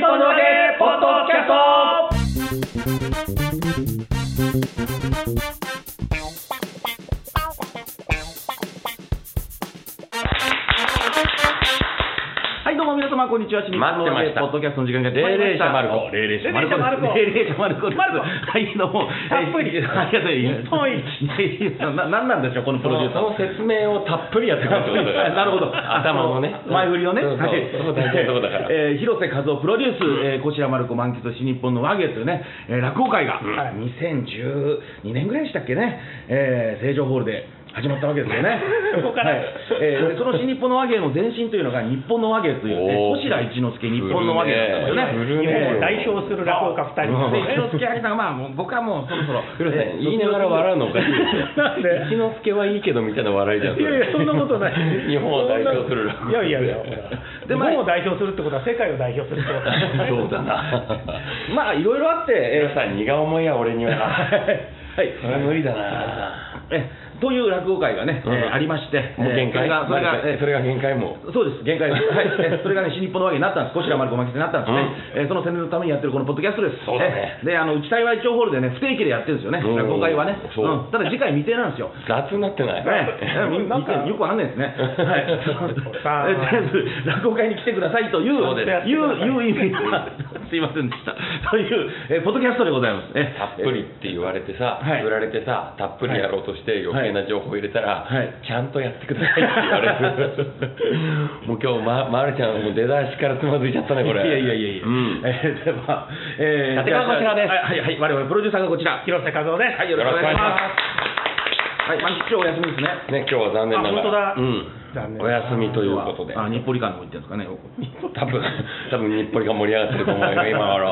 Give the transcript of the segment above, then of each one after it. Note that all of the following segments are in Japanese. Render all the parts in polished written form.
本の揚げポッドキャスト。はい、どうも皆様こんにちは。新日本の揚げポッドキャストの時間がやってまいりました。霊霊者マルコです。はい、どうもたっぷりありがとうございます。何なんでしょうこのプロデューサー。 その説明をたっぷりやってくれるってことだから。 なるほど。 頭のね、 前振りをね。 そう大事なとこだから。 広瀬和夫プロデュース、こちらマルコ満喫新日本の和芸というね、落語会が2012年ぐらいでしたっけね、成城ホールで始まったわけですよね。 そこから、 その新日本の和芸の前身というのが日本の和芸という、小白一之輔日本の和芸だったんですよね。 日本を代表する落語家2人で一之輔兄さんがもう僕はもうそろそろ言いながら笑うのおかしいですよ。 なんで一之輔はいいけどみたいな笑いじゃん。 いやいやそんなことない。 日本を代表する落語。 いや日本を代表するってことは世界を代表するってことだ。 そうだな。 まあいろいろあって、 皆さん荷が重いや俺には。 はい、 それは無理だな。 という落語会がね、ありまして、 もう限界。それが限界も。 そうです、限界です。はい、それがね、新日本のわけになったんです。こちらマルコ満喫になったんですね。その宣伝のためにやってるこのポッドキャストです。 そうだね。 で、内幸町ホールでね、不定期でやってるんですよね、落語会はね。ただ次回未定なんですよ。 雑になってない。 よくわかんないですね。はい。とりあえず落語会に来てくださいという意味がすいませんでした。というポッドキャストでございます。 たっぷりって言われてさ、振られてさ、たっぷりやろうとして余計な情報入れたら、ちゃんとやってくださいって言われる。もう今日まるちゃんもう出だしからつまずいちゃったねこれ。 いや。では立川こちらです。 はい我々プロデューサーがこちら広瀬和夫です。 はい、よろしくお願いします。はい、今日お休みですね。 ね、今日は残念ながら。 本当だ。 残念。お休みということで。 日暮里館の方行ってるんですかね。 多分日暮里が盛り上がってると思うよ今から。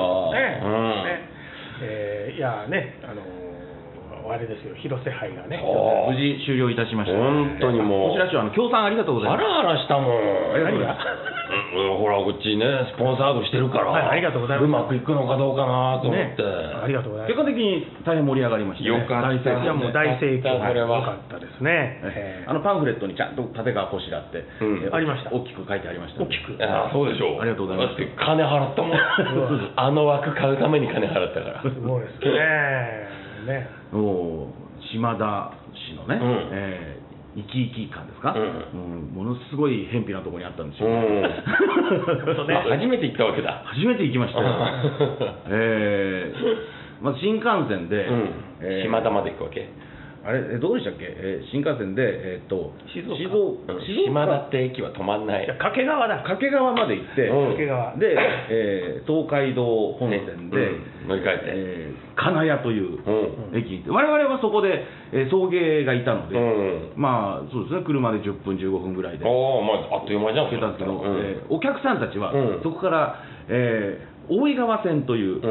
いやね、あれですよ、広瀬杯がね無事終了いたしました。 本当にもう。 こちら賞協賛ありがとうございます。 ハラハラしたもん。 何が？ ほらこっちねスポンサードしてるから。 ありがとうございます。 うまくいくのかどうかなと思って。 ありがとうございます。 結果的に大変盛り上がりました。 よかった。 いやもう大盛況。 それはよかったですね。 パンフレットにちゃんと立川こしらってありました。 大きく書いてありました。 大きく。 そうでしょう。 ありがとうございます。 だって金払ったもん。あの枠買うために金払ったから。 すごいですね。 島田市のね、生き生き感ですか、ものすごい偏僻なところにあったんですよ。 初めて行ったわけだ。 初めて行きましたよ。まず新幹線で、 島田まで行くわけ。 あれどうでしたっけ、新幹線で島田って駅は止まんない。 掛川だ。 掛川まで行って掛川で、東海道本線で乗り換えて金谷という駅に行って、我々はそこで送迎がいたので、まあそうですね、車で10分15分ぐらいであっという間じゃん。 行けたんですけど、お客さんたちはそこから大井川線という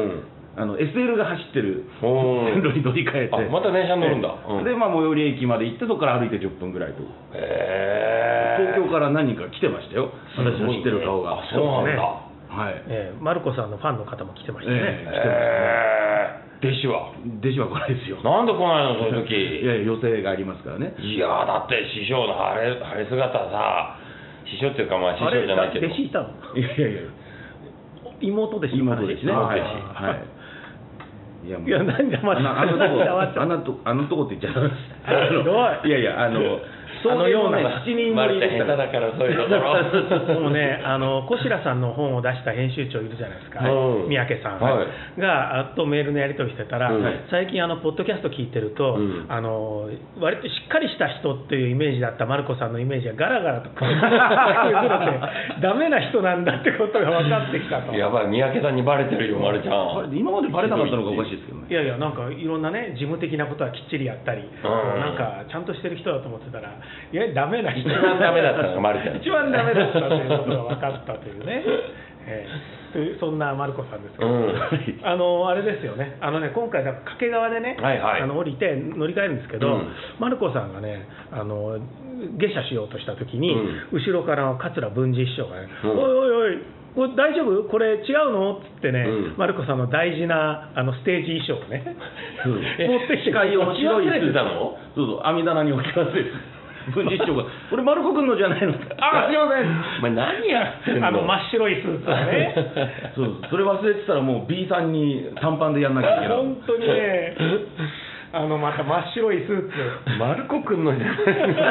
SL が走ってる線路に乗り換えて、 また電車に乗るんだ。 で、最寄り駅まで行ってそこから歩いて10分ぐらいと。東京から何人か来てましたよ、私の知ってる顔が。 そうなんだ。 はい。 マルコさんのファンの方も来てましたね。 弟子は来ないですよ。 なんで来ないのそういう時。 いや予定がありますからね。 いやだって師匠の晴れ姿さ、師匠っていうかまあ師匠じゃないけど。 弟子いたの？ いや妹ですね。 妹ですね。はい。いや何であのとこって言っちゃダメです。いやそういうね7人乗りでした下手だからそういうところ。 もうね小白さんの本を出した編集長いるじゃないですか、三宅さんがとメールのやり取りしてたら、最近ポッドキャスト聞いてると割としっかりした人っていうイメージだったマルコさんのイメージがガラガラとかダメな人なんだってことが分かってきたと。 やばい、三宅さんにバレてるよまるちゃん。 今までバレなかったのがおかしいですけどね。 いやなんかいろんなね事務的なことはきっちりやったり、なんかちゃんとしてる人だと思ってたら、いやダメな人、 一番ダメだったのがマルちゃん。 一番ダメだったということが分かったというね。そんなマルコさんですけど、あれですよね、今回掛川でね、降りて乗り換えるんですけど、マルコさんがね下車しようとした時に、後ろから桂文治師匠がね、おいこれ大丈夫？これ違うの？っつってね、マルコさんの大事なステージ衣装をね、持ってきて司会用の白い置き忘れてたの？ そう網棚に置き忘れて。 文治師匠が「これマルコ君のじゃないの?」あ、すいません」 お前何やってんの。 真っ白いスーツをねそう、それ忘れてたらもう B さんに短パンでやんなきゃいけない。 本当にねまた真っ白いスーツマルコ君のじゃない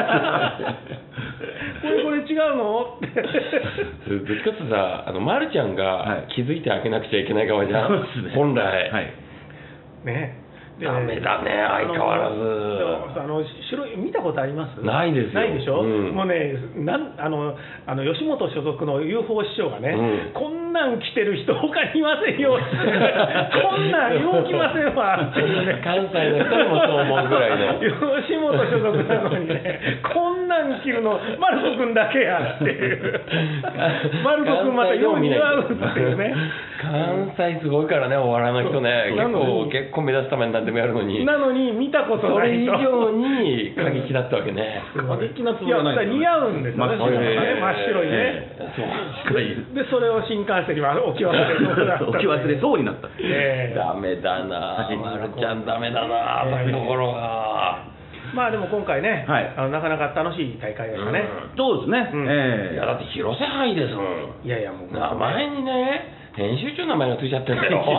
これ違うのってどっちかってさ、まるちゃんが気づいてあげなくちゃいけない側じゃん、本来。 ね。 ダメだね、相変わらず。 白い見たことあります？ ないですよ。 ないでしょ。もうね、吉本所属の UFO 師匠がね、こんなん着てる人他にいませんよ。こんなんよう着ませんわっていうね。 関西の人でもそう思うぐらいの。 吉本所属なのにね、こんなん着るのマルコ君だけやっていう。マルコ君またよう似合うっていうね。 関西すごいからね、お笑いの人ね、結構目立つために何でもやるのに。 なのに見たことない人。 それ以上に過激だったわけね。 過激なつもりはない。 似合うんですよね。真っ白いね。でそれを新幹線には置き忘れそうになった。 ダメだな、まるちゃんダメだな、そういうところが。 まあでも今回ね、なかなか楽しい大会でしたね。 そうですね。 いやだって広瀬杯ですもん。 いやいやもう名前にね。編集長の名前がついちゃってんだよ。フ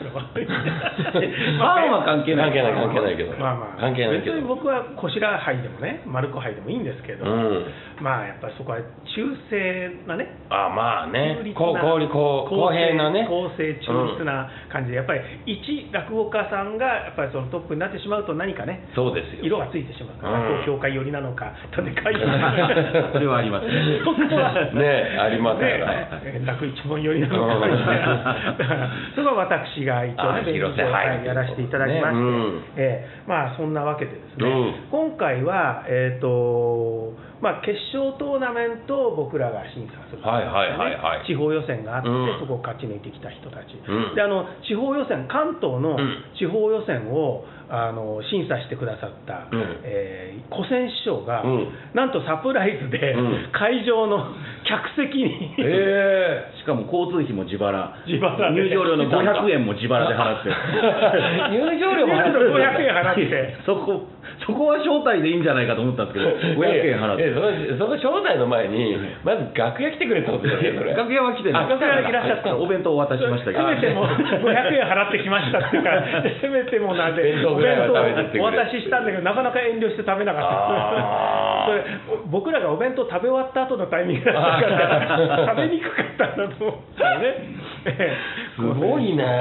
ァンは関係ないけど。関係ないけど。 別に僕はこしら杯でもね、マルコ杯でもいいんですけど、まあやっぱりそこは中性なね。 まあね。公平なね。 公正中立な感じで、やっぱり一落語家さんがやっぱりそのトップになってしまうと何かね、 そうですよ。 色がついてしまう。落語協会寄りなのか、立て会寄りなのか。 それはありますね。 そこはねありますから。 楽一門寄りなのか。だからそこは私が一応ね広瀬杯やらせていただきまして、まあそんなわけでですね、今回はまあ決勝トーナメントを僕らが審査する地方予選があって、そこを勝ち抜いてきた人たち、で地方予選、関東の地方予選を審査してくださった、古仙師匠が、なんとサプライズで、会場の客席に、 しかも交通費も自腹、入場料の 500 円も自腹で払って入場料も払って 500円払ってそこは招待でいいんじゃないかと思ったんですけど、500円払ってその招待の前にまず楽屋来てくれたことですよ。 楽屋は来てない。 楽屋にいらっしゃった。 お弁当を渡しましたけど、 せめても500円払ってきましたっていうからせめてもなんでお弁当をお渡ししたんだけど、なかなか遠慮して食べなかった。それ僕らがお弁当食べ終わった後のタイミングだったから食べにくかったんだと思うんですよね。 すごいね。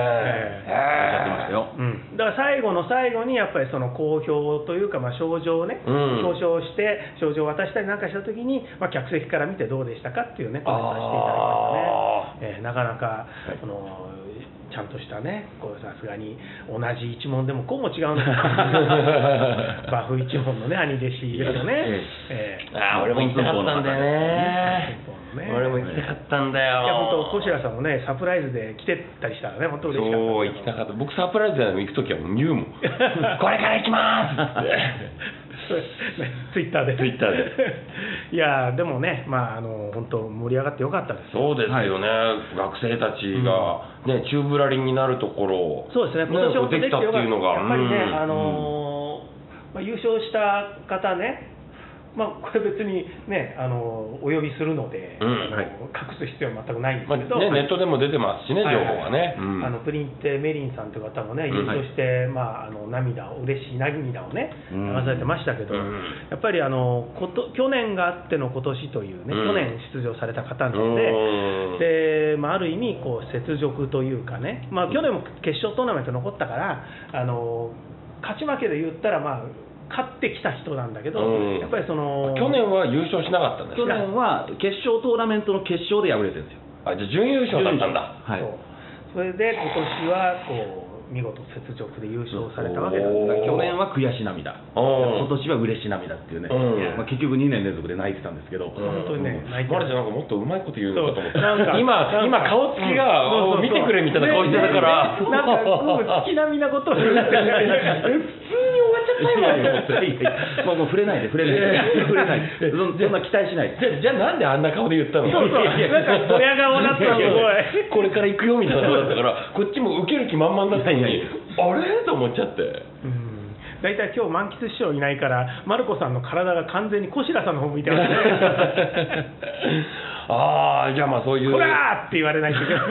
だから最後の最後にやっぱりその好評というか、賞状をね、表彰して賞状を渡したりなんかしたときに、客席から見てどうでしたかっていうね、コメントさせていただきましたね。なかなかちゃんとしたね、さすがに同じ一門でもこうも違うんだバフ一門のね、兄弟子ですよね。 俺も行きたかったんだよね。俺も行きたかったんだよ。 いや本当、小白さんもね、サプライズで来てたりしたらね、本当嬉しかった。 そう、行きたかった。僕サプライズで行くときはもう言うもん。これから行きますって。 ツイッターで。いやでもね、本当盛り上がってよかったです。 そうですよね。学生たちがね、宙ぶらりんになるところをそうですね。今年できたっていうのがやっぱりね、優勝した方ね。これ別にね、お呼びするので、隠す必要は全くないんですけど、 ネットでも出てますしね、情報がね。 プリンテメリンさんという方もね、優勝して、嬉しい涙をね、流されてましたけど、やっぱり去年があっての今年というね、去年出場された方なので、ある意味、雪辱というかね、去年も決勝トーナメント残ったから、勝ち負けで言ったら、勝ってきた人なんだけど、やっぱり去年は優勝しなかったんですね。去年は決勝トーナメントの決勝で敗れてるんですよ。 じゃあ準優勝だったんだ。 それで今年は見事雪辱で優勝されたわけなんですが、 去年は悔し涙、今年は嬉し涙っていうね、結局2年連続で泣いてたんですけど、 本当にね、 泣いてた。マルちゃんなんかもっとうまいこと言うのかと思って、今顔つきが見てくれみたいな顔してたから、 なんか月並みなことを言って、普通に終わっちゃったよ。 もう触れないで、そんな期待しないで。 じゃあなんであんな顔で言ったの？なんかドヤ顔だったの、 これから行くよみたいな顔だったから、こっちも受ける気満々だったのに、あれと思っちゃって。 大体今日満喫師匠いないからマルコさんの体が完全に小白さんの方向いてますね。 ああ、じゃあまあそういう。 こらーって言われないといけない。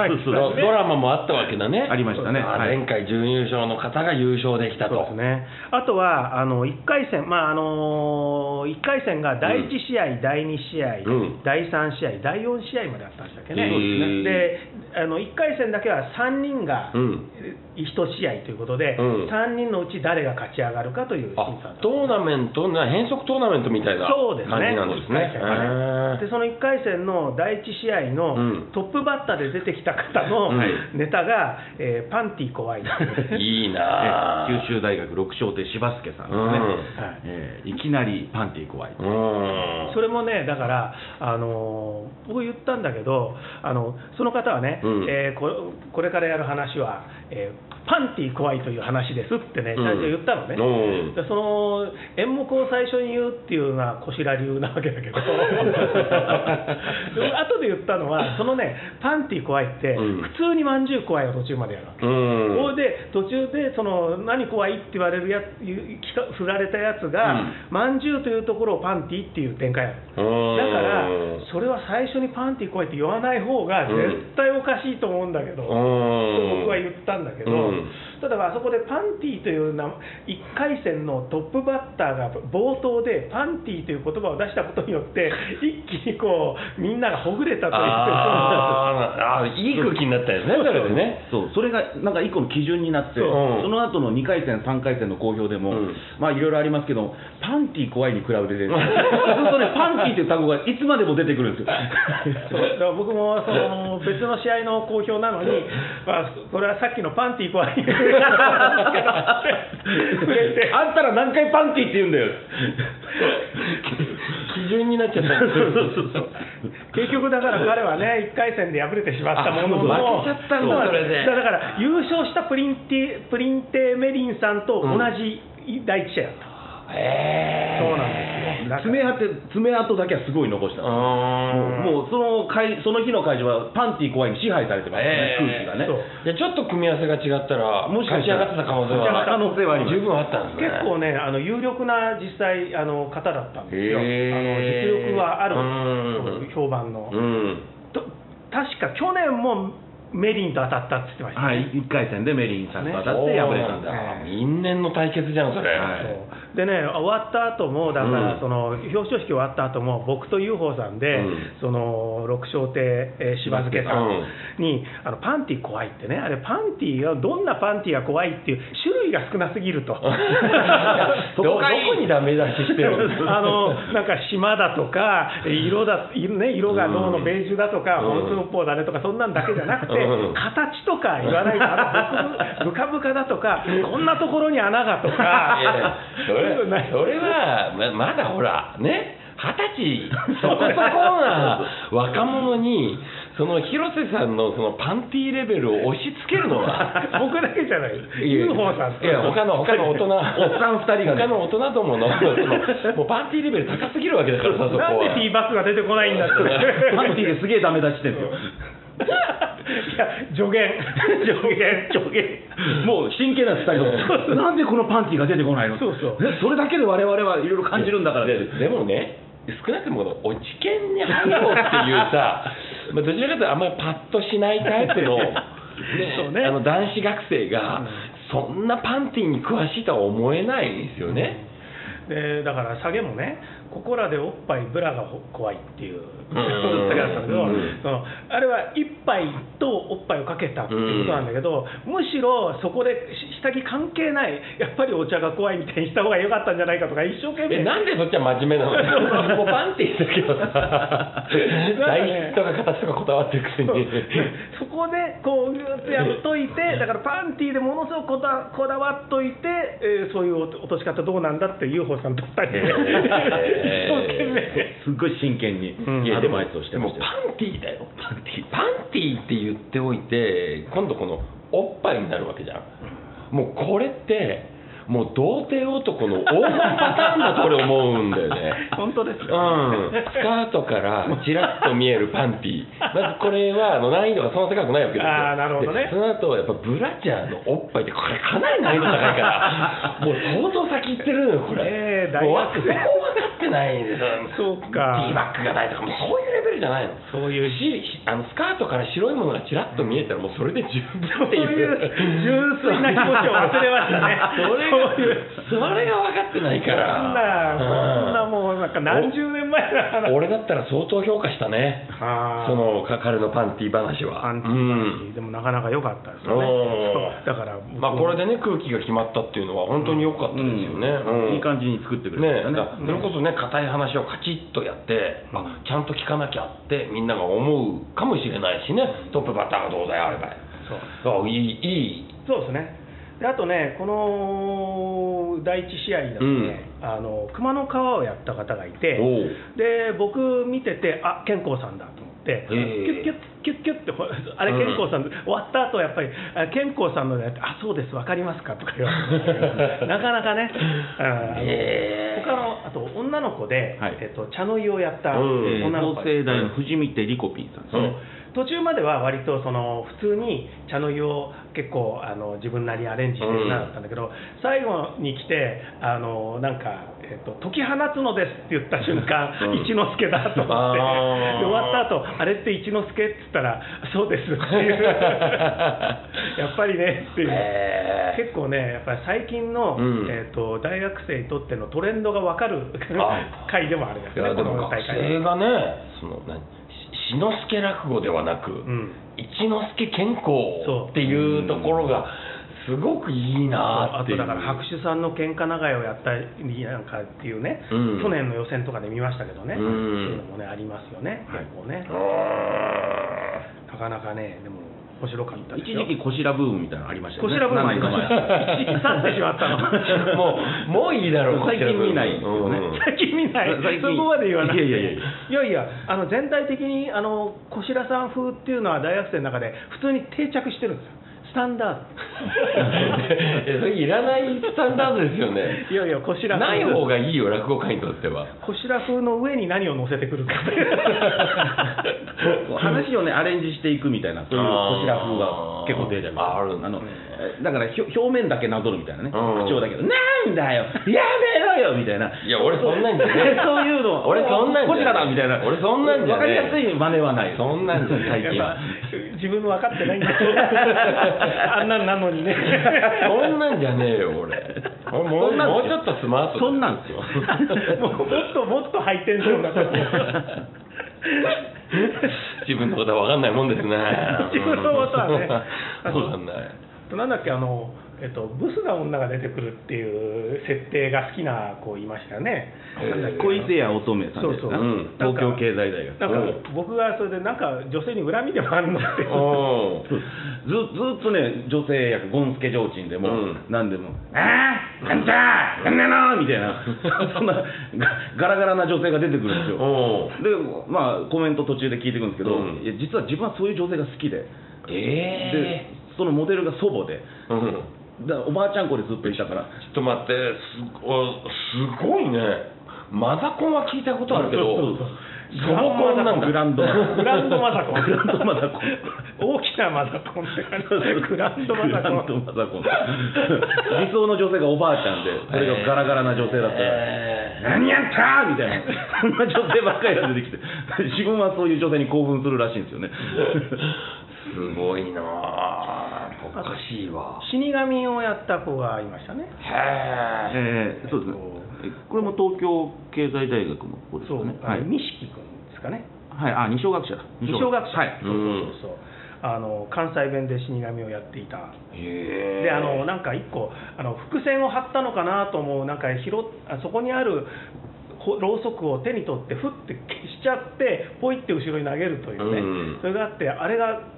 ドラマもあったわけだね。 ありましたね。 前回準優勝の方が優勝できたと。 そうですね。あとは1回戦、1回戦が第1試合、第2試合、第3試合、第4試合まであったんでしたっけね。で、1回戦だけは3人が1試合ということで、3人のうち誰が勝ち上がるかという審査。 トーナメント、変則トーナメントみたいな感じなんですね。 で、その1回戦の第1試合のトップバッターで出てきた方のネタが、パンティ怖い。 いいな。 九州大学六小亭柴助さんですね。いきなりパンティ怖い。 それもね、だから僕言ったんだけど、その方はね、これからやる話は、パンティ怖いという話ですってね、最初言ったのね。でその演目を最初に言うっていうのは小白流なわけだけど後で言ったのは、そのね、パンティ怖いって普通にまんじゅう怖いを途中までやるわけ。それで途中でその何怖いって言われるやつ、振られたやつが、まんじゅうというところをパンティっていう展開やる。だからそれは最初にパンティ怖いって言わない方が絶対おかしいと思うんだけど、僕は言ったんだけど、ただあそこでパンティという1回戦のトップバッターが冒頭でパンティという言葉を出したことによって一気にこうみんながほぐれたといういい空気になったよね。それでね、 それがなんか一個の基準になって、その後の2回戦3回戦の公表でも、まあいろいろありますけど、パンティ怖いに比べてずっとね、パンティという単語がいつまでも出てくるんですよ。 だから僕もその別の試合の公表なのに、これはさっきのパンティ怖いあんたら何回パンティって言うんだよ。 基準になっちゃったんですよ。 結局だから彼はね、1回戦で敗れてしまったものの、 負けちゃったんだ、それで。 だから優勝したプリンテーメリンさんと同じ第1試合だった。そうなんですよ。 爪痕だけはすごい残した。もうその日の会場はパンティ怖いに支配されてますね、空気がね。 じゃあちょっと組み合わせが違ったら、もし勝ち上がってた可能性は十分あったんですね。 結構ね、有力な実際方だったんですよ。実力はある評判の。確か去年もメリンと当たったって言ってましたね。 1回戦でメリンさんと当たって敗れたんだ。 因縁の対決じゃん、それ。 でね、終わった後も、だからその表彰式終わった後も、僕と UFO さんで、その六小亭柴助さんにパンティ怖いってね、あれパンティがどんなパンティが怖いっていう種類が少なすぎると。 どこにダメ出ししてるなんか島だとか色が脳のベージュだとか本当の方だねとか、そんなんだけじゃなくて、形とか言わないと、ブカブカだとか、こんなところに穴がとか。 それはまだほらね、20歳そこそこな若者にその広瀬さんのそのパンティーレベルを押し付けるのは僕だけじゃない、UFO さん、 他の大人、おっさん2人が、 他の大人どものもうパンティーレベル高すぎるわけだからさ、そこは。 なんでティーバッグが出てこないんだって。 パンティーですげえダメ出ししてるんですよ。 いや、助言もう真剣な2人ともなんでこのパンティーが出てこないの。それだけで我々はいろいろ感じるんだから。 でもね、少なくとも落ち研に入ろうっていうさどちらかというとあんまりパッとしないタイプの男子学生がそんなパンティーに詳しいとは思えないんですよね。 でだから下げもね、ここらでおっぱいブラが怖いっていう下げだったんだけど、あれは一杯とおっぱいをかけたっていうことなんだけど、むしろそこで下着関係ない、やっぱりお茶が怖いみたいにした方が良かったんじゃないかとか一生懸命。 なんでそっちは真面目なの。もうパンティーだけどさ、材質とか形とかこだわってるくせにそこでこうギュッとやっといて、だからパンティーでものすごくこだわっといて、そういう落とし方どうなんだって UFO さんと2人ですっごい真剣にアドバイスをしてましたよ。 パンティーだよ、パンティーって言っておいて、今度このおっぱいになるわけじゃん。もうこれってもう童貞男の黄金パターンだと俺思うんだよね。 本当ですよ、スカートからちらっと見えるパンティー、まずこれは難易度がそんな高くないわけですよ。 なるほどね。 その後やっぱブラジャーのおっぱいってこれかなり難易度高いからもう相当先行ってるのよこれ。 大学生分かってないんですよ。 そうか。 ティーバッグがないとかもうそういうレベルじゃないの。 そういうスカートから白いものがちらっと見えたらもうそれで十分っていう。 そういう純粋な気持ちを忘れましたね。 それが分かってないから。 そんなもうなんか何十年前だから。 俺だったら相当評価したね。その彼のパンティー話は。 パンティー話でもなかなか良かったですよね。だからまあこれでね空気が決まったっていうのは本当に良かったですよね。 いい感じに作ってくれたね。 それこそね硬い話をカチッとやってちゃんと聞かなきゃってみんなが思うかもしれないしね。トップバッターがどうだよあれば。そういい。 そうですね。であとね、この第一試合だとね、熊の皮をやった方がいて、で僕見てて、健康さんだと思って、キュッキュッキュッキュッって、あれ、健康さん、終わった後やっぱり、健康さんのやって、そうです、分かりますかとか言われて、なかなかね、他の、あと女の子で、茶の湯をやった女の子、 同世代の藤見手リコピンさんですね。 途中までは割と普通に茶の湯を結構自分なりにアレンジしてるなだったんだけど、最後に来てなんか、解き放つのですって言った瞬間、一之輔だと思ってで終わった後あれって一之輔って言ったらそうですっていうやっぱりねっていう結構ねやっぱり最近の、大学生にとってのトレンドが分かる回でもあるんですね。 でも学生がね志の輔落語ではなく、一之輔健康っていうところがすごくいいなっていう。 あとだから白手さんの喧嘩長屋をやったりなんかっていうね、去年の予選とかで見ましたけどね、そういうのもねありますよね、結構ね。なかなかねでも面白かったですよ。 一時期こしらブームみたいなのありましたよね。 こしらブームありました。一時期去ってしまったの。 もういいだろう。 最近見ないですよね。 最近見ない。そこまで言わない。 いや全体的にこしらさん風っていうのは大学生の中で普通に定着してるんですよ。スタンダード。 それいらないスタンダードですよね。 いやこしらない方がいいよ落語家にとっては。 こしら風の上に何を乗せてくるか。 話をねアレンジしていくみたいなそういうこしら風が結構出てます。だから表面だけなぞるみたいなね口調だけどなんだよやめろよみたいな。 いや俺そんなんじゃねえ。 そういうの俺そんなんじゃねえ。 こちらだみたいな。 俺そんなんじゃねえ。 分かりやすい真似はない。 そんなんじゃ最近は。 自分分かってないんだよ。あんなんなのにね。 そんなんじゃねえよ俺。もうちょっとスマート。 そんなんですよ。 もっとハイテンションだと思う。 自分のことは分かんないもんですね。 自分のことはね。 分かんない。 なんだっけブスな女が出てくるっていう設定が好きな子いましたよね。 小伊勢谷乙女さんですか。東京経済大学。 なんか僕がそれでなんか女性に恨みでもあるのってずっとね女性役ゴンスケ提灯でも何でもあんたなんなのみたいなそんなガラガラな女性が出てくるんですよ。でまあコメント途中で聞いていくんですけど、実は自分はそういう女性が好きで。でそのモデルが祖母で、おばあちゃん子でずっといたから。 ちょっと待って、すごいね。マザコンは聞いたことあるけど、祖母コンなんだ。 グランドマザコン。 グランドマザコン。 大きなマザコンって感じで、グランドマザコン。 理想の女性がおばあちゃんで、それがガラガラな女性だったら、何やったみたいな、そんな女性ばっかりが出てきて、自分はそういう女性に興奮するらしいんですよね。 すごいなあ、おかしいわ。 死神をやった子がいましたね。 そうですね。これも東京経済大学の子ですよね。 錦君ですかね。 はい、二小学者だ。 二小学者。 はい。 そう関西弁で死神をやっていた。でなんか一個伏線を張ったのかなと思うなんかそこにあるろうそくを手に取ってふって消しちゃってポイって後ろに投げるというね、それがあってあれが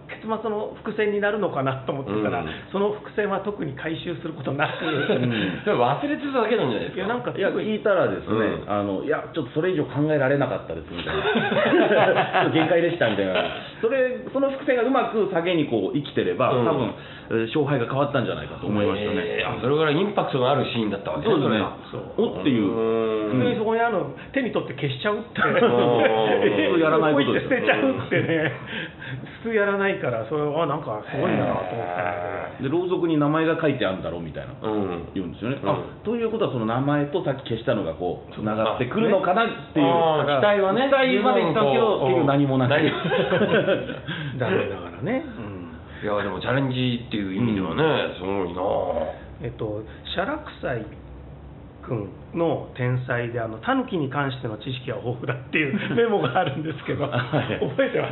結末の伏線になるのかなと思ってたら、その伏線は特に回収することなく、 それ忘れてただけなんじゃないですか。 いや聞いたらですね、いやちょっとそれ以上考えられなかったですみたいな限界でしたみたいな、その伏線がうまく下げにこう生きてれば、多分勝敗が変わったんじゃないかと思いましたね。 それぐらいインパクトのあるシーンだったわけですね。おっていう、 普通にそこに手に取って消しちゃうって普通やらないことです。 捨てちゃうってね、普通やらないから、それはなんかすごいなと思ったんだけど、 でろうそくに名前が書いてあるんだろうみたいな言うんですよね。ということはその名前とさっき消したのがこうつながってくるのかなっていう期待はね、 期待までしたけど結局何もなく残念ながらね。 いやでもチャレンジっていう意味ではね、すごいな。 写楽斎君の天才でタヌキに関しての知識は豊富だっていうメモがあるんですけど、覚えてます？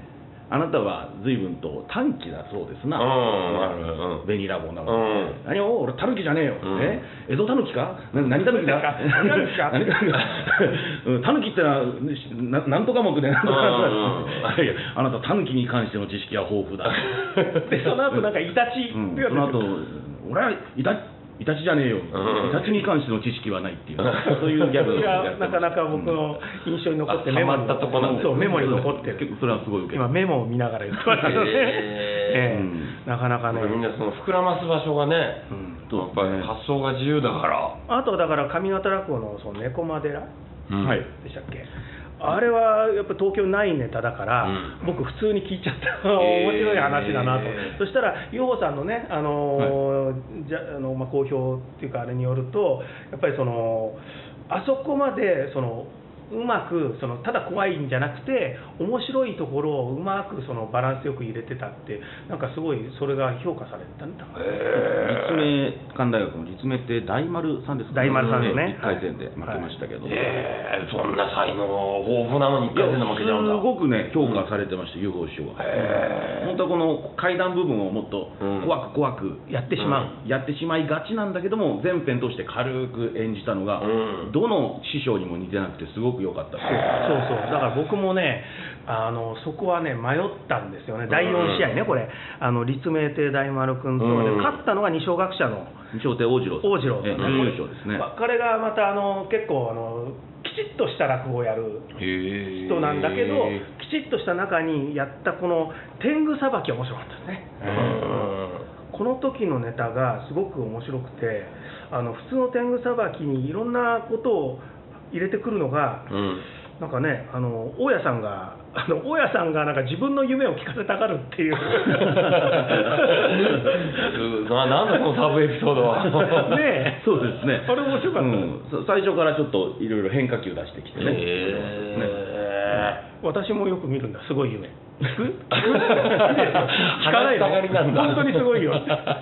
あなたは随分と短気だそうですな。紅ラボなの。何を俺タヌキじゃねえよ。江戸タヌキか？何タヌキだ？タヌキってのはなんとか目でなんとか。あなたタヌキに関しての知識は豊富だ。 でその後なんかイタチ。 その後俺はイタチじゃねえよ、イタチに関しての知識はないっていう、そういうギャグがなかなか僕の印象に残ってメモに残ってる。 それはすごい受け今メモを見ながら言ってましたので、なかなかね。 みんなその膨らます場所がね、やっぱり発想が自由だから。 あとだから上方落語のその猫間寺でしたっけ。あれはやっぱ東京ないネタだから、僕普通に聞いちゃった面白い話だなと。そしたらヨホさんのね好評っていうかあれによると、やっぱりあそこまでうまくただ怖いんじゃなくて面白いところをうまくバランスよく入れてたって、なんかすごいそれが評価されたんだ。 立命館大学の立命って大丸さんですか？ 大丸さんですね。 1回戦で負けましたけど、 そんな才能豊富なのに1回戦で負けちゃうんだ。 すごくね評価されてました、UFO 師匠は。本当はこの階段部分をもっと怖くやってしまいがちなんだけども、全編通して軽く演じたのがどの師匠にも似てなくてすごく良かった。 そうだから僕もねそこはね迷ったんですよね。第4試合ね、これ立命亭大丸君と勝ったのが二松学者の二松亭大次郎準優勝ですね。 彼がまた結構きちっとした落語をやる人なんだけど、きちっとした中にやったこの天狗さばきは面白かったですね。この時のネタがすごく面白くて、普通の天狗さばきにいろんなことを入れてくるのが、なんかね、大家さんがなんか自分の夢を聞かせたがるっていうなんだこのサブエピソードはねえ、 そうですね、 あれ面白かった、 最初からちょっといろいろ変化球出してきてね。 私もよく見るんだ、すごい夢。聞く？聞かないの？ 本当にすごいよ。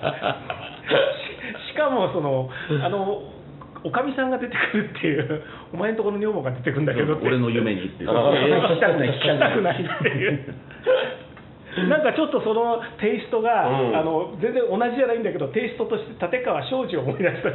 しかもおかみさんが出てくるっていう、お前のところの女房が出てくるんだけどって、 俺の夢にっていう、 聞きたくないっていうなんかちょっとそのテイストが、全然同じじゃないんだけど、テイストとして立川庄司を思い出した。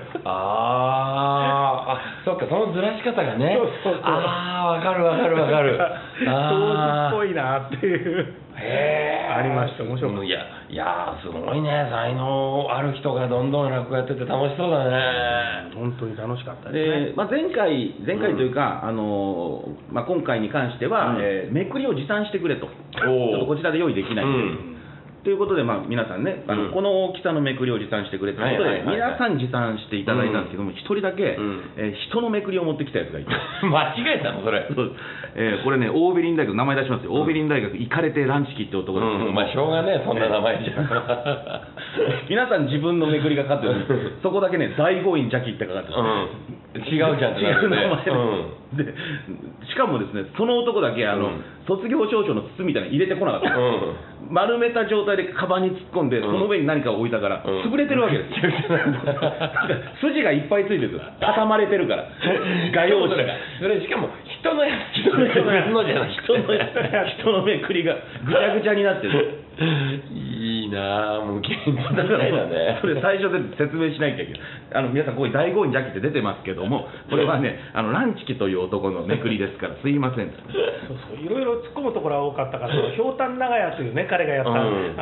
そっか、そのずらし方がね、 そう。 わかる。 庄司っぽいなっていうありました。面白かった。 いやすごいね、才能ある人がどんどん落語やってて楽しそうだね。 本当に楽しかったですね。 前回というか、今回に関しては、めくりを持参してくれと、ちょっとこちらで用意できないんで。ということで、皆さんね、この大きさのめくりを持参してくれということで、皆さん持参していただいたんですけども、一人だけ、人のめくりを持ってきたやつがいて。 間違えたのそれ。 これね、オーベリン大学、名前出しますよ。オーベリン大学、イカれてランチキって男です。 しょうがねえ、そんな名前じゃ。 皆さん自分のめくりがかかってるんです。そこだけね、大豪院邪気ってかかってる。 違うじゃんってなってね。 で、しかもですね、その男だけ卒業証書の筒みたいなの入れてこなかった。丸めた状態でカバンに突っ込んで、その上に何かを置いたから潰れてるわけです。筋がいっぱいついてる。畳まれてるから。画用紙が。 それしかも人のやつ、人のめくりがぐちゃぐちゃになってる。 いいなぁ、もう現実みたいだね。 それ最初で説明しなきゃいけない。皆さんここに大豪院ジャッキって出てますけども、これはね、ランチキという男のめくりですから、すいません。 そうそう、いろいろ突っ込むところは多かったから、ひょうたん長屋というね、彼がやった、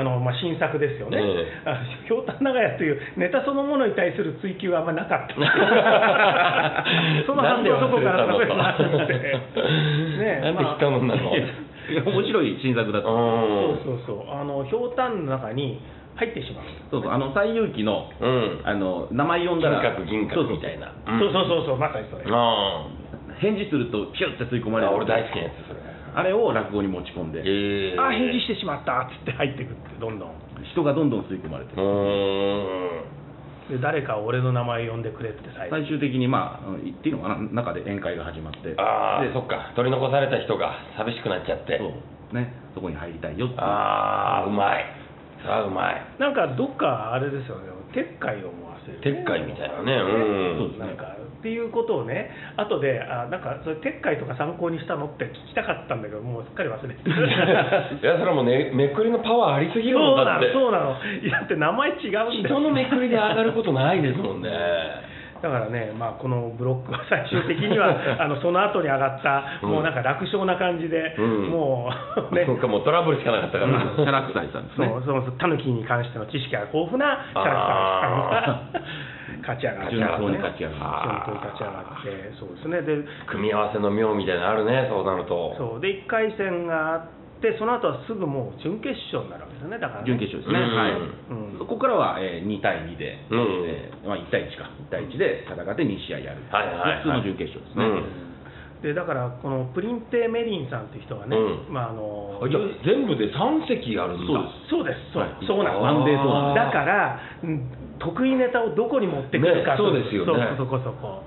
新作ですよね。ひょうたん長屋というネタそのものに対する追求はあんまなかった。その反応どこから食べるなと思って。 なんで人のなの？ 面白い新作だった。 そうそう、ひょうたんの中に入ってしまう。 そうそう、西遊記の、名前読んだら銀閣みたいな。 そう、まさにそれ。 返事するとピュッて吸い込まれる。 俺大好きなやつそれ。 あれを落語に持ち込んで、 返事してしまったっつって入ってくって、どんどん人がどんどん吸い込まれてで、誰か俺の名前呼んでくれって最終的に言っていいのかな、中で宴会が始まって、 でそっか、取り残された人が寂しくなっちゃって、 そこに入りたいよって。 うまい、うまい。 なんかどっかあれですよね、鉄海を思わせる、 鉄海みたいなね。 そうですね。なんかっていうことをね、後でなんかそれ鉄海とか参考にしたのって聞きたかったんだけど、もうすっかり忘れてる。 いや、それはもうね、めくりのパワーありすぎるもんだって。 そうなの。いや、だって名前違うんだよ。 人のめくりで上がることないですもんね。 だからね、このブロックは最終的にはその後に上がった、もうなんか楽勝な感じで、もうね、 そうか、もうトラブルしかなかったから、 シャラクサイさんですね。 そう、タヌキに関しての知識が豊富なシャラクサイさんが勝ち上がって、 順当に勝ち上がって、そうですね。で、 組み合わせの妙みたいなのあるね、そうなると。 そうで、1回戦があって、その後はすぐもう準決勝になるわけですね、だから、 準決勝ですね。はい。そこからは2対2で、1対1か、1対1で戦って2試合やる。普通の準決勝ですね。 でだからこのプリンテ・メリンさんっていう人がね、 じゃあ全部で3席あるんだ。 そうです、そうなんです。だから得意ネタをどこに持ってくるか、 そうですよね。 そこ。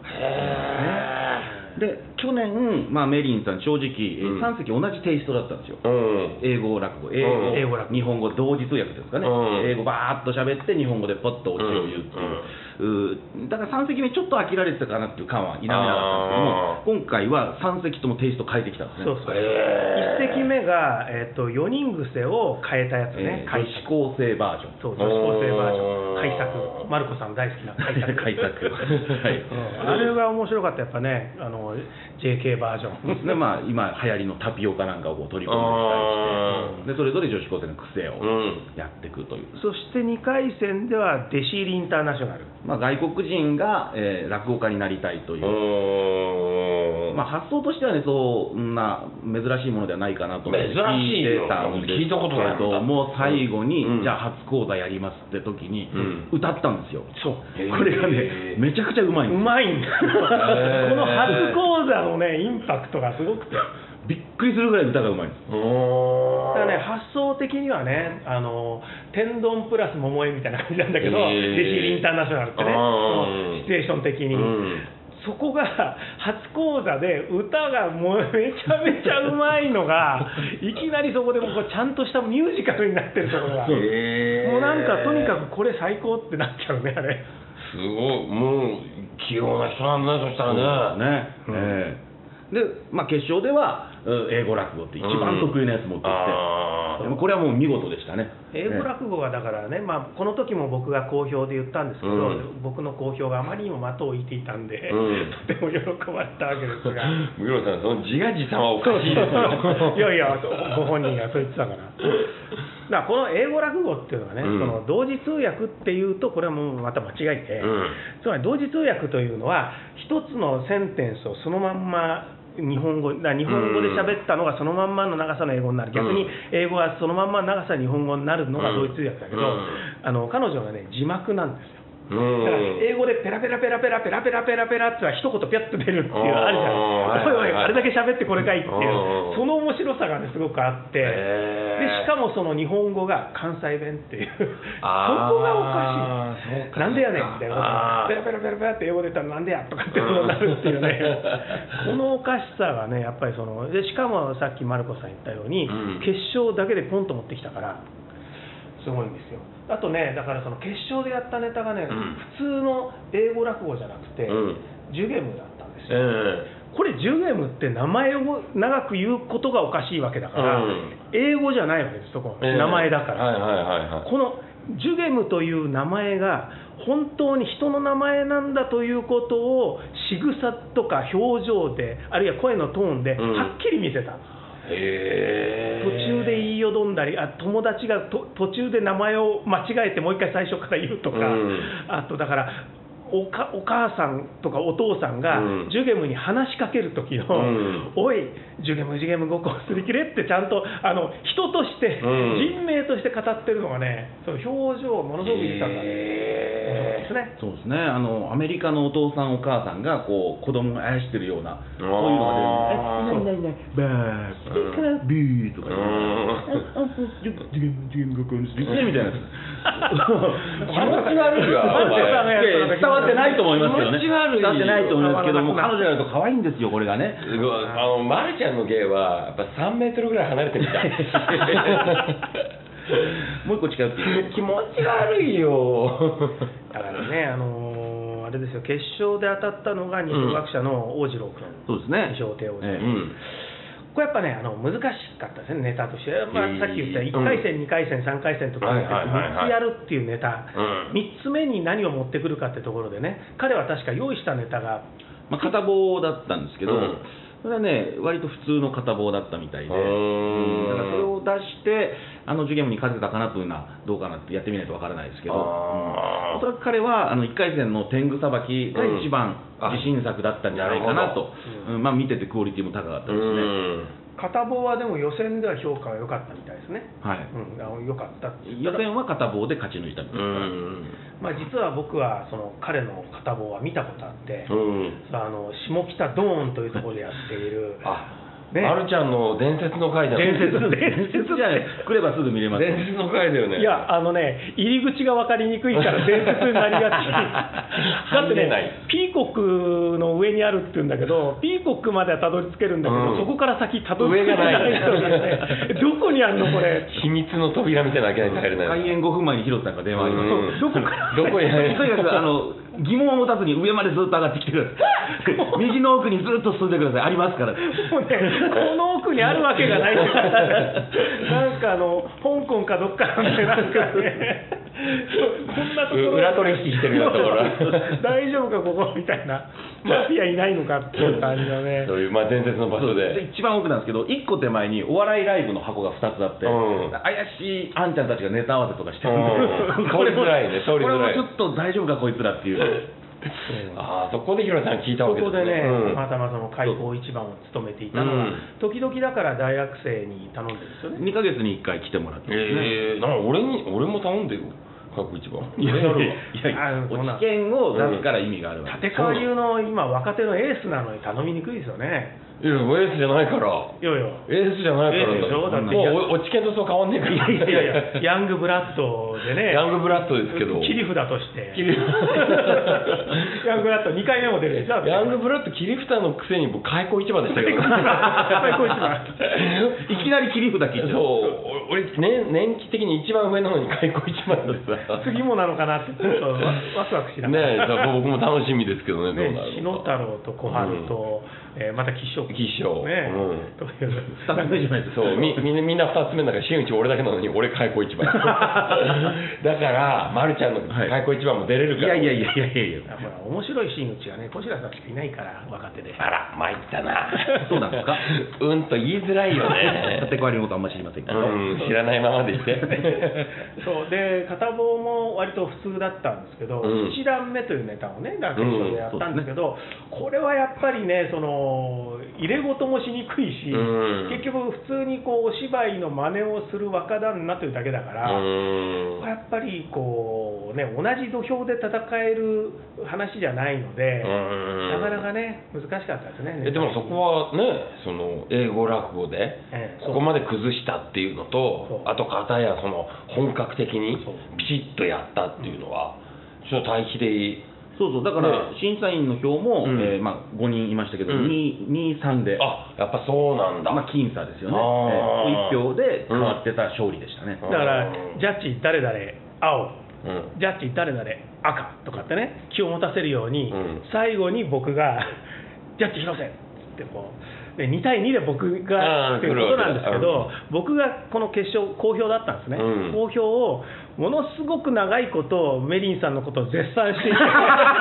で去年、メリンさん正直、3席同じテイストだったんですよ。英語落語、英語日本語同時通訳ですかね。英語バーッと喋って日本語でポッとオチを言うっていう。だから3席目ちょっと飽きられてたかなっていう感は否めなかったんですけども、今回は3席ともテイスト変えてきたんですね。 1席目が4人癖を変えたやつね。 女子高生バージョン。 そう、女子高生バージョン。改作。マルコさん大好きな改作。あれが面白かった、やっぱね。JK バージョンですね。今流行りのタピオカなんかを取り込んできたりして、でそれぞれ女子高生の癖をやっていくという。 そして2回戦では弟子入りインターナショナル。 外国人が、落語家になりたいという、発想としてはね、そんな珍しいものではないかなと思って聞いてたんですけども、最後に、じゃあ初講座やりますって時に歌ったんですよ。これがね、めちゃくちゃうまいんです。 うまいんだこの初講座のね、インパクトがすごくてびっくりするぐらい歌がうまいんです。 だからね、発想的にはね、天丼プラス桃江みたいな感じなんだけど、弟子入りインターナショナルってね、シチュエーション的に、そこが初講座で歌がもうめちゃめちゃうまいのがいきなりそこでもうちゃんとしたミュージカルになってるところが、もうなんかとにかくこれ最高ってなっちゃうね、あれ。 すごい、もう器用な人なんだね、そしたらね。 で、決勝では英語落語って一番得意なやつ持ってきて、これはもう見事でしたね。 英語落語はだからね、この時も僕が好評で言ったんですけど、僕の好評があまりにも的を置いていたんで、とても喜ばれたわけですが、 ムロさん、その自画自賛はおかしいですよ。 いや、ご本人がそう言ってたから。だからこの英語落語っていうのはね、その同時通訳っていうとこれはもうまた間違いで、つまり同時通訳というのは一つのセンテンスをそのまんま日本語で喋ったのがそのまんまの長さの英語になる、逆に英語はそのまんまの長さの日本語になるのが同時通訳だけど、彼女はね字幕なんですよ。だから英語でペラペラペラペラペラペラペラペラって一言ピャッと出るっていうあるじゃない。おいおいあれだけ喋ってこれかいっていうその面白さがねすごくあって、でしかもその日本語が関西弁っていうそこがおかしい。なんでやねんみたいなペラペラペラペラって英語で言ったらなんでやとかってことになるっていうねこのおかしさがねやっぱりそのでしかもさっきマルコさん言ったように、決勝だけでポンと持ってきたからすごいんですよ。あとね、だからその決勝でやったネタがね、普通の英語落語じゃなくて、ジュゲムだったんですよ。 これ10ゲームって名前を長く言うことがおかしいわけだから、英語じゃないわけです、そこ名前だから。このジュゲムという名前が本当に人の名前なんだということを仕草とか表情で、あるいは声のトーンではっきり見せた。途中で言いよどんだり、友達が途中で名前を間違えてもう一回最初から言うとか、あとだからお母さんとかお父さんがジュゲムに話しかける時の「おいジュゲムごっこすり切れ」ってちゃんと人として人名として語ってるのがね、その表情ものすごく豊かでそうですね。アメリカのお父さんお母さんがこう子供をあやしてるようなそういうのが出るんですね。バービーとかジュゲムごっこすり切れみたいな。 気持ち悪いわ。 伝わってないと思いますけどね。 気持ち悪い。 伝わってないと思いますけども、彼女やると可愛いんですよ、これがね。 まるちゃんの芸はやっぱ3メートルぐらい離れてみたい。 もう一個近寄っていい？ 気持ち悪いよ。 だからね、あれですよ、決勝で当たったのが二松学者の大次郎君。 そうですね。 二松亭王次郎君。これやっぱね、難しかったですね、ネタとして。さっき言った1回戦、2回戦、3回戦とか3つやるっていうネタ、3つ目に何を持ってくるかってところでね、彼は確か用意したネタが、 片棒だったんですけど、それはね、割と普通の片棒だったみたいで、だからそれを出して、ジュゲムに勝てたかなというのは、どうかなってやってみないとわからないですけど、おそらく彼は1回戦の天狗さばきが一番自信作だったんじゃないかなと、見ててクオリティも高かったですね。 片棒はでも予選では評価が良かったみたいですね。 はい。 良かったって予選は片棒で勝ち抜いたんですから。 実は僕はその彼の片棒は見たことあって、下北ドーンというところでやっている。 まるちゃんの伝説の回だよね。 伝説じゃない。来ればすぐ見れます。 伝説の回だよね。 いや入り口が分かりにくいから伝説になりがち。だってね、ピーコックの上にあるって言うんだけど、ピーコックまではたどり着けるんだけど、そこから先たどり着けない人がね、どこにあるのこれ。 秘密の扉みたいなの開けないと入れない。 開演5分前に広瀬さんが電話あります。 どこから。 どこに入る。 とにかく疑問を持たずに上までずっと上がってきてください。右の奥にずっと進んでください。ありますから。 もうね、この奥にあるわけがないってなんか香港かどっかなんでなんかね、こんなところ裏取引してるようなところ。 大丈夫かここみたいな、マフィアいないのかっていう感じのね。 そういう伝説の場所で。 一番奥なんですけど、1個手前にお笑いライブの箱が2つあって、怪しいあんちゃんたちがネタ合わせとかしてるんで、 通りづらいね、通りづらい。 これもちょっと大丈夫かこいつらっていう。 そこでヒロさん聞いたわけですね。 そこでね、たまたまその開口一番を務めていたのは、時々だから大学生に頼んでるんですよね。 2ヶ月に1回来てもらってますね。 俺も頼んでよ。各一番。 いや、お知見を出すから意味があるわけ。 立川流の今若手のエースなのに頼みにくいですよね。 いや、エースじゃないから。 いやいや。 エースじゃないからだ。もう、お知見とそう変わんねえから。 いやいや、ヤングブラッドでね。 ヤングブラッドですけど。 切り札として。ヤングブラッド2回目も出るでしょ。 ヤングブラッド切り札のくせに僕、開口一番でしたけど。 開口一番。 いきなり切り札切っちゃう。 そう、俺、年季的に一番上なのに開口一番でさ。 次もなのかなって、ちょっとワクワクしながら。 ねえ、僕も楽しみですけどね、どうなる篠太郎と小春と、また吉祥。 吉祥。 ね 2つ目じゃないですか。 そう、みんな2つ目だから、真打ち俺だけなのに、俺開口一番。だから、まるちゃんの開口一番も出れるから。 いや。 ほら、面白い真打ちがね、小白さんしかいないから、若手で。 あら、参ったな。 そうなんですか。 と言いづらいよね。 立川流のことあんまり知りませんけど。 知らないままでいて。 そうで、片棒も割と普通だったんですけど、1段目というネタをね、決勝でやったんですけど、これはやっぱりね、入れ事もしにくいし、結局普通にお芝居の真似をする若旦那というだけだから、やっぱり同じ土俵で戦える話じゃないので、なかなかね難しかったですね。 でもそこはね、英語落語でここまで崩したっていうのと、あと片や本格的にピチッとやったっていうのはちょっと対比でいい。 そうだから審査員の票も5人いましたけど、2、3で、 やっぱそうなんだ。 僅差ですよね。1票で変わってた勝利でしたね。 だからジャッジ誰々青、ジャッジ誰々赤とかってね、気を持たせるように最後に僕がジャッジ広瀬ってこうで2対2で僕がっていうことなんですけど、僕がこの決勝好評だったんですね、好評をものすごく長いことメリンさんのことを絶賛していてもう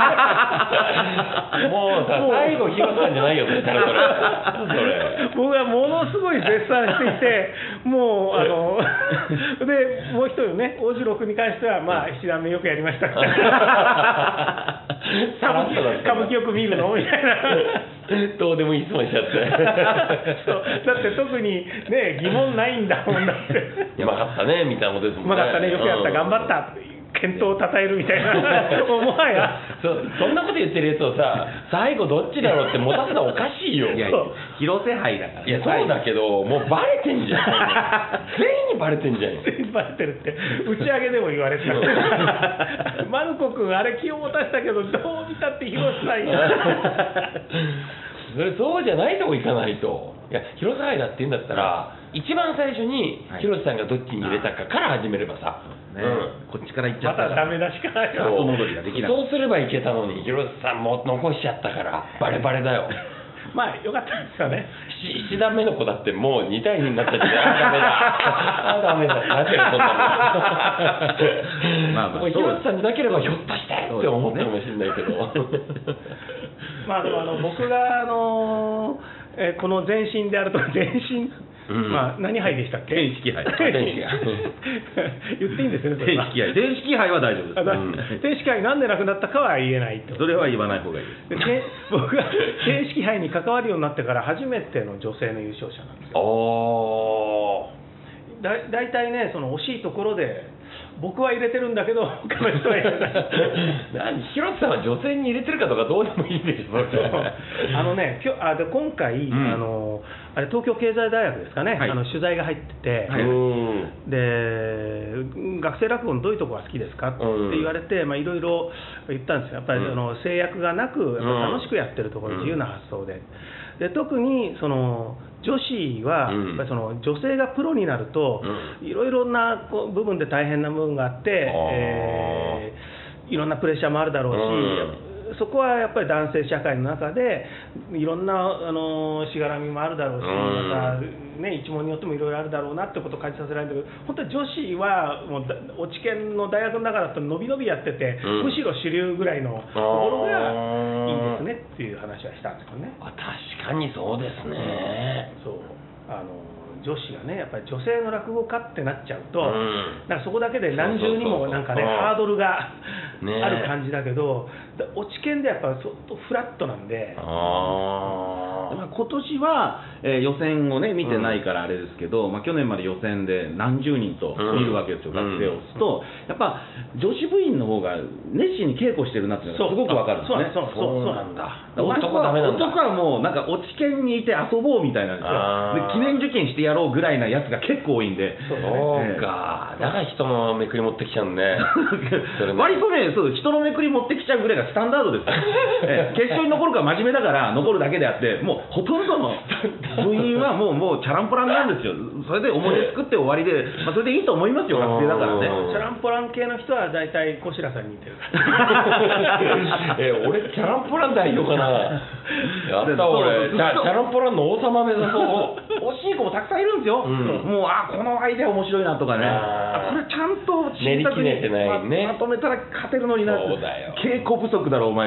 さ最後広さんじゃないよそれ僕はものすごい絶賛していてもうでもう一人ね大次郎君に関してはまあ7段目よくやりましたみたいな歌舞伎よく見るのみたいなどうでもいい質問しちゃってそうだって特にね疑問ないんだもんだってうまかったねみたいなことですもんね。 うまかったねよくやった頑張った健闘をたたえるみたいなもはやそんなこと言ってるやつをさ最後どっちだろうって持たせたらおかしいよ。 いや広瀬杯だから、 いやそうだけどもうバレてんじゃん全員にバレてんじゃん全員にバレてるって打ち上げでも言われてたマルコ君あれ気を持たせたけどどう見たって広瀬さんやそうじゃないとこ行かないと。いや広瀬杯だって言うんだったら一番最初に広瀬さんがどっちに入れたかから始めればさ、 こっちから行っちゃったらまたダメ出しから後戻りができない。 そうすればいけたのに広瀬さんも残しちゃったからバレバレだよまあよかったですよね。 7段目の子だってもう2対2になっちゃってダメだなってるそんなのもう広瀬さんじゃなければひょっとしてって思ったかもしれないけどまあでも僕がこの前身であると前身まあ何杯でしたっけ？ 電式杯。 言っていいんですよね。 電式杯。電式杯は大丈夫です。 電式杯なんでなくなったかは言えないと。 それは言わない方がいいです。 僕が電式杯に関わるようになってから初めての女性の優勝者なんですよ。だいたいねその惜しいところで。僕は入れてるんだけど他の人は入れない広瀬さんは女性に入れてるかどうかどうでもいいでしょで今回、あれ東京経済大学ですかね、取材が入ってて、で学生落語のどういうところが好きですかって言われて、いろいろ言ったんですよ。やっぱり制約がなくやっぱ楽しくやってるところ、自由な発想で特にその女子はやっぱりその女性がプロになるといろいろな部分で大変な部分があって、いろんなプレッシャーもあるだろうし、そこはやっぱり男性社会の中でいろんなしがらみもあるだろうし、またね一問によってもいろいろあるだろうなってことを感じさせられるんだけど、本当に女子はもう落ち研の大学の中だと伸び伸びやってて、むしろ主流ぐらいのところがいいですねっていう話はしたんですけどね。 確かにそうですね。 そう女子がねやっぱり女性の落語家ってなっちゃうと、なんかそこだけで何重にもなんかねハードルがある感じだけど、落ち研でやっぱ相当フラットなんで。 今年は、予選をね見てないからあれですけど、去年まで予選で何十人と見るわけですよ、学生を打つと、やっぱ女子部員の方が熱心に稽古してるなっていうのがすごくわかるんですね。 そうなんだ。 男はもうなんか落ち研にいて遊ぼうみたいなんですよ。で記念受験してやろうぐらいなやつが結構多いんで。 そうか、だから人のめくり持ってきちゃうんね。 割とね、そう人のめくり持ってきちゃうぐらいがスタンダードです。決勝に残るから真面目だから残るだけであって、もうほとんどの部員はもうチャランポランなんですよ。それで思い出作って終わりで、それでいいと思いますよ、学生だからね。 チャランポラン系の人は大体小白さんに似てるから。 俺チャランポラン代表かな。やった俺チャランポランの王様目指そう。 惜しい子もたくさんいるんですよ。もうこのアイデア面白いなとかね。これちゃんと練り切れてないね。 まとめたら勝てるのになって。 そうだよ。 稽古不足だろお前って。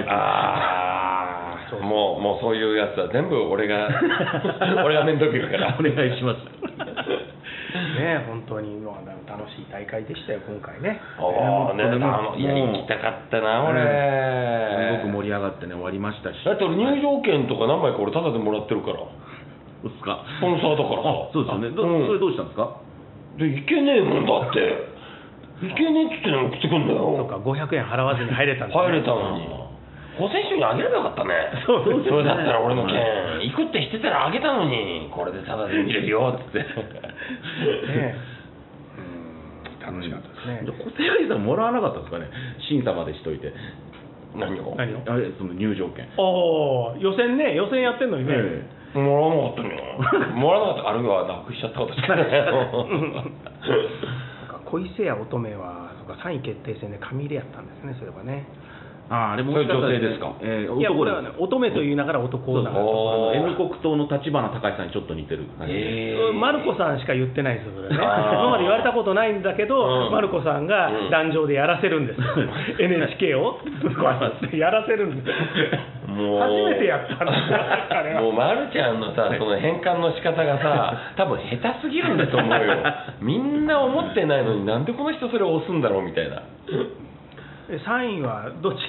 もうそういうやつは全部俺が面倒見るからお願いします。 ね本当に楽しい大会でしたよ今回ね。 いや行きたかったな俺。 すごく盛り上がってね終わりましたし。 だって俺入場券とか何枚か俺タダでもらってるから。 そうですか。 スポンサーだからさ。 そうですよね。それどうしたんですか。 で行けねえもんだって。行けねえっつっての送ってくんだよ。 そうか500円払わずに入れたんですね。 入れたのに。保選手にあげればよかったね。 そうだったら俺の券行くって知ってたらあげたのに、これでタダで見れるよっつって。 楽しかったですね。 小手谷さんもらわなかったですかね。審査までしといて。 何を？ あれその入場券。 予選やってんのにね。 もらわなかったのよ。もらわなかった。あるいはなくしちゃったことしかない。 小伊勢や乙女は3位決定戦で紙入れやったんですね、それはね。 あれもそれ女性ですか？ いや、これはね、乙女と言いながら男だから。 N 国党の立花隆さんにちょっと似てる。 マルコさんしか言ってないですよ、それね。今まで言われたことないんだけど、マルコさんが壇上でやらせるんですよ。NHK をやらせるんですよ。初めてやったんですよ。 もうまるちゃんのさ、その変換の仕方がさ、多分下手すぎるんだと思うよ。みんな思ってないのになんでこの人それを押すんだろうみたいな。 3位はどっち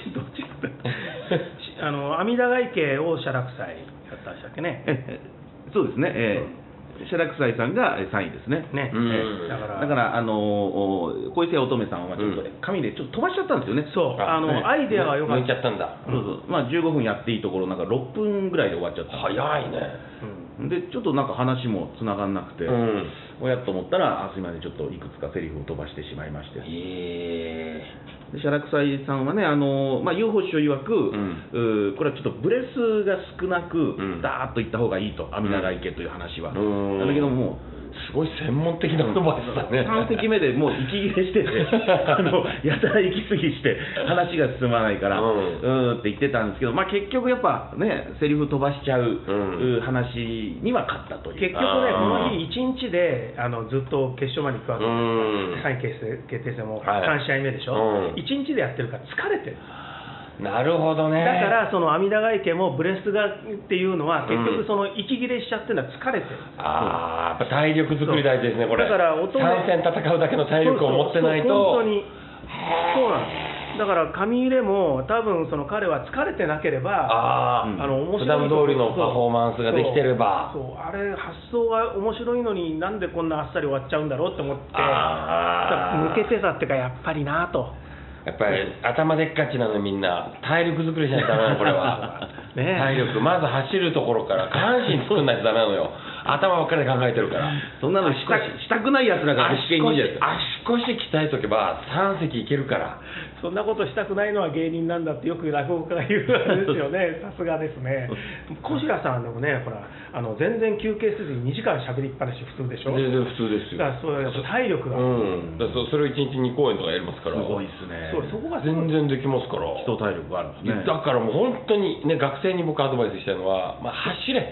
阿弥陀ヶ池を写楽祭やったんでしたっけね。 そうですね。写楽祭さんが3位ですね。だから小池乙女さんはちょっと紙でちょっと飛ばしちゃったんですよね。 そう、アイデアはよかった。 抜いちゃったんだ。 まあ15分やっていいところなんか6分ぐらいで終わっちゃった。 早いね。 でちょっとなんか話もつながんなくて、おやっと思ったらすいませんちょっといくつかセリフを飛ばしてしまいまして。で写楽祭さんはねUFO 師匠曰く、これはちょっとブレスが少なくダーッといった方がいいと、阿弥陀ヶ池という話は。だけどもすごい専門的なアドバイスだね。 3席目でもう息切れしててやたら息継ぎして話が進まないからって言ってたんですけど、結局やっぱねセリフ飛ばしちゃう話には勝ったという。 結局ねこの日1日でずっと決勝まで行くわけですから、3位決定戦も3試合目でしょ、1日でやってるから疲れてる。 なるほどね。 だからその阿弥陀ヶ池もブレスがっていうのは結局その息切れしちゃってるのは疲れてる。 やっぱ体力作り大事ですねこれ。 だから 3戦戦うだけの体力を持ってないと。 本当にそうなんです。だから紙入れも多分その彼は疲れてなければ面白い普段通りのパフォーマンスができてれば、 あれ発想が面白いのになんでこんなあっさり終わっちゃうんだろうって思って抜けてたっていうかやっぱりなと。 やっぱり頭でっかちなのみんな体力作りしないとダメなのこれは。体力まず走るところから下半身作んないとダメなのよ。頭ばっかりで考えてるから。 そんなのしたくないやつらが試験にいいです。 足腰鍛えとけば3席いけるから。 そんなことしたくないのは芸人なんだってよく落語家が言うわけですよね。さすがですね。小白さんでもね、ほら全然休憩せずに2時間しゃべりっぱなし普通でしょ。 全然普通ですよ。 だからそうやっぱ体力が。 それを1日2公演とかやりますから。 すごいですね。 そこが全然できますから。 基礎体力があるんですね。 だからもう本当にね学生に僕アドバイスしたいのは走れ。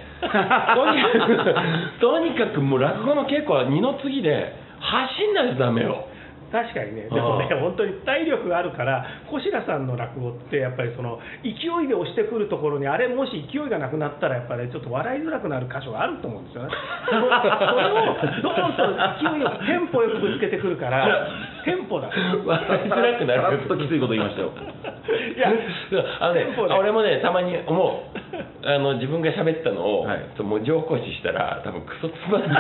とにかくもう落語の稽古は二の次で走んないとダメよ。 確かにね、でもね、本当に体力があるから、小白さんの落語って、やっぱりその勢いで押してくるところに、あれ、もし勢いがなくなったら、やっぱりちょっと笑いづらくなる箇所があると思うんですよね。それをどんと勢いよく、テンポよくぶつけてくるから、テンポだ。 笑いづらくなる。 ちょっときついこと言いましたよ。 いや、 俺もね、たまに思う。自分が喋ったのを、文字起こししたら、多分クソつまんない。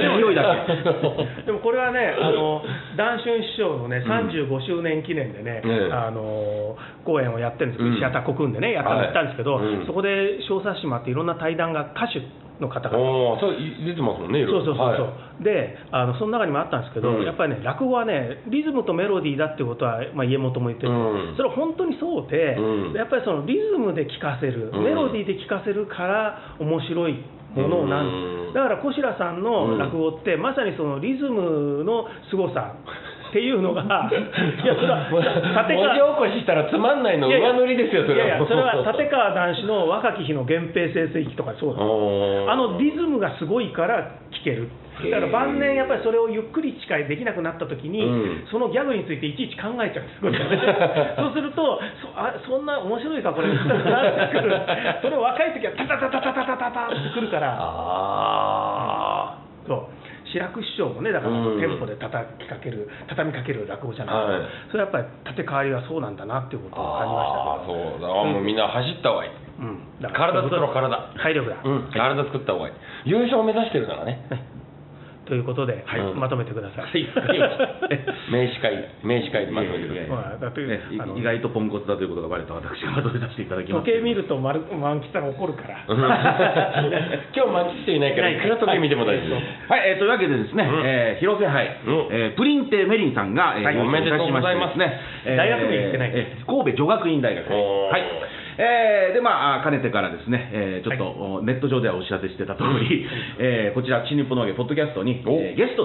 勢いだけ。 でもこれはね、談春師匠のね35周年記念でね、公演をやってるんですけど、石畑湖組んでねやったんですけど、そこで小冊子もあっていろんな対談が歌手の方が出てますもんね。 そうでその中にもあったんですけど、やっぱりね落語はねリズムとメロディーだってことは家元も言ってて、それは本当にそうで、やっぱりそのリズムで聴かせる、メロディーで聴かせるから面白いものなんだから小白さんの落語ってまさにそのリズムの凄さっていうのがいやそれは文字起こししたらつまんないの上塗りですよそれは。 いやそれは立川談志の若き日の源平盛世記とかそうだ。リズムがすごいから聴ける。だから晩年やっぱりそれをゆっくりしかできなくなった時に、そのギャグについていちいち考えちゃうんですよね。そうするとそんな面白いかこれってなってくる。それを若い時はタタタタタタタタタってくるから。そう志らく師匠もねだからテンポで畳みかける落語じゃないですか。それはやっぱり立て替わりはそうなんだなっていうことを感じましたけど。 そうだもうみんな走った方がいい。体作ろう体。 体力だ。 体作った方がいい。優勝目指してるからね。 ということで、まとめてください。 名司会でまとめてください。意外とポンコツだということがバレた私がまとめさせていただきます。 時計見ると満喫さんが怒るから。 今日満喫していないからいくら時計見ても大丈夫。 はい、というわけでですね、広瀬杯プリンテメリンさんがおめでとうございますね。 大学名言ってない。 神戸女学院大学。はい。でかねてからですね、ちょっとネット上ではお知らせしてた通り、こちら新日本のポッドキャストにゲストで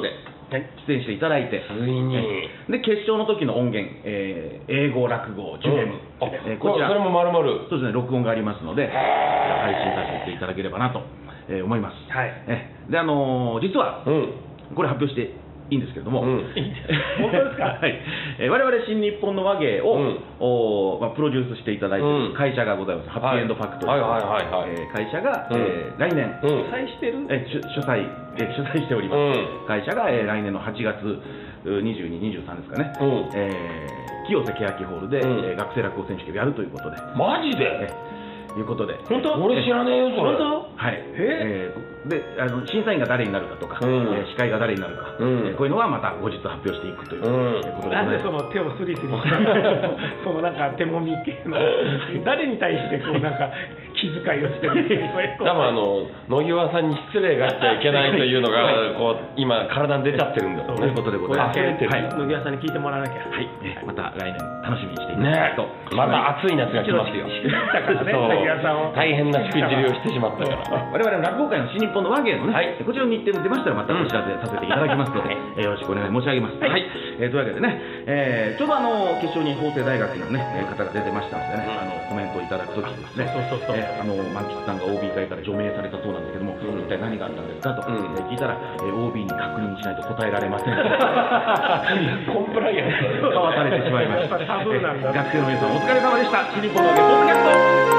出演していただいて、 ついにで決勝の時の音源、英語落語ジュゲム、 こちらそれも丸々 そうですね、録音がありますので配信させていただければなと思います。で実はこれ発表していいんですけれども、 本当ですか？ はい、我々新日本の話芸をプロデュースしていただいている会社がございます。ハッピーエンドファクトリー会社が来年主催してる主催しております会社が来年の8月22、23ですかね、清瀬欅ホールで学生落語選手権をやるということで。 マジで？ いうことで、 本当？ 俺知らねえよそれ。 本当？ はい。で審査員が誰になるかとか、司会が誰になるか、こういうのはまた後日発表していくということで。 なんでその手をスリスリしたそのなんか手もみ系の誰に対してこうなんか気遣いをしてるんですか？ 多分野際さんに失礼があっちゃいけないというのがこう今体に出ちゃってるんだろうね。 ということでございます。 野際さんに聞いてもらわなきゃ。 はい。また来年楽しみにしていただきたいと。 また暑い夏が来ますよ。 だからね。 大変なしくじりをしてしまったから。 我々の落語界の新日本の話芸のね、こちらの日程も出ましたらまたお知らせさせていただきますので、よろしくお願い申し上げます。はい。というわけでね、ちょうど決勝に法政大学のね方が出てましたのでね、コメントをいただくときにですね、満吉さんが OB 会から除名されたそうなんですけども、一体何があったんですかと聞いたら、OB に確認しないと答えられません。 コンプライアンスかわされてしまいました。 タブーなんだ。 学生の皆さんお疲れ様でした。新日本の話芸ポッドキャスト。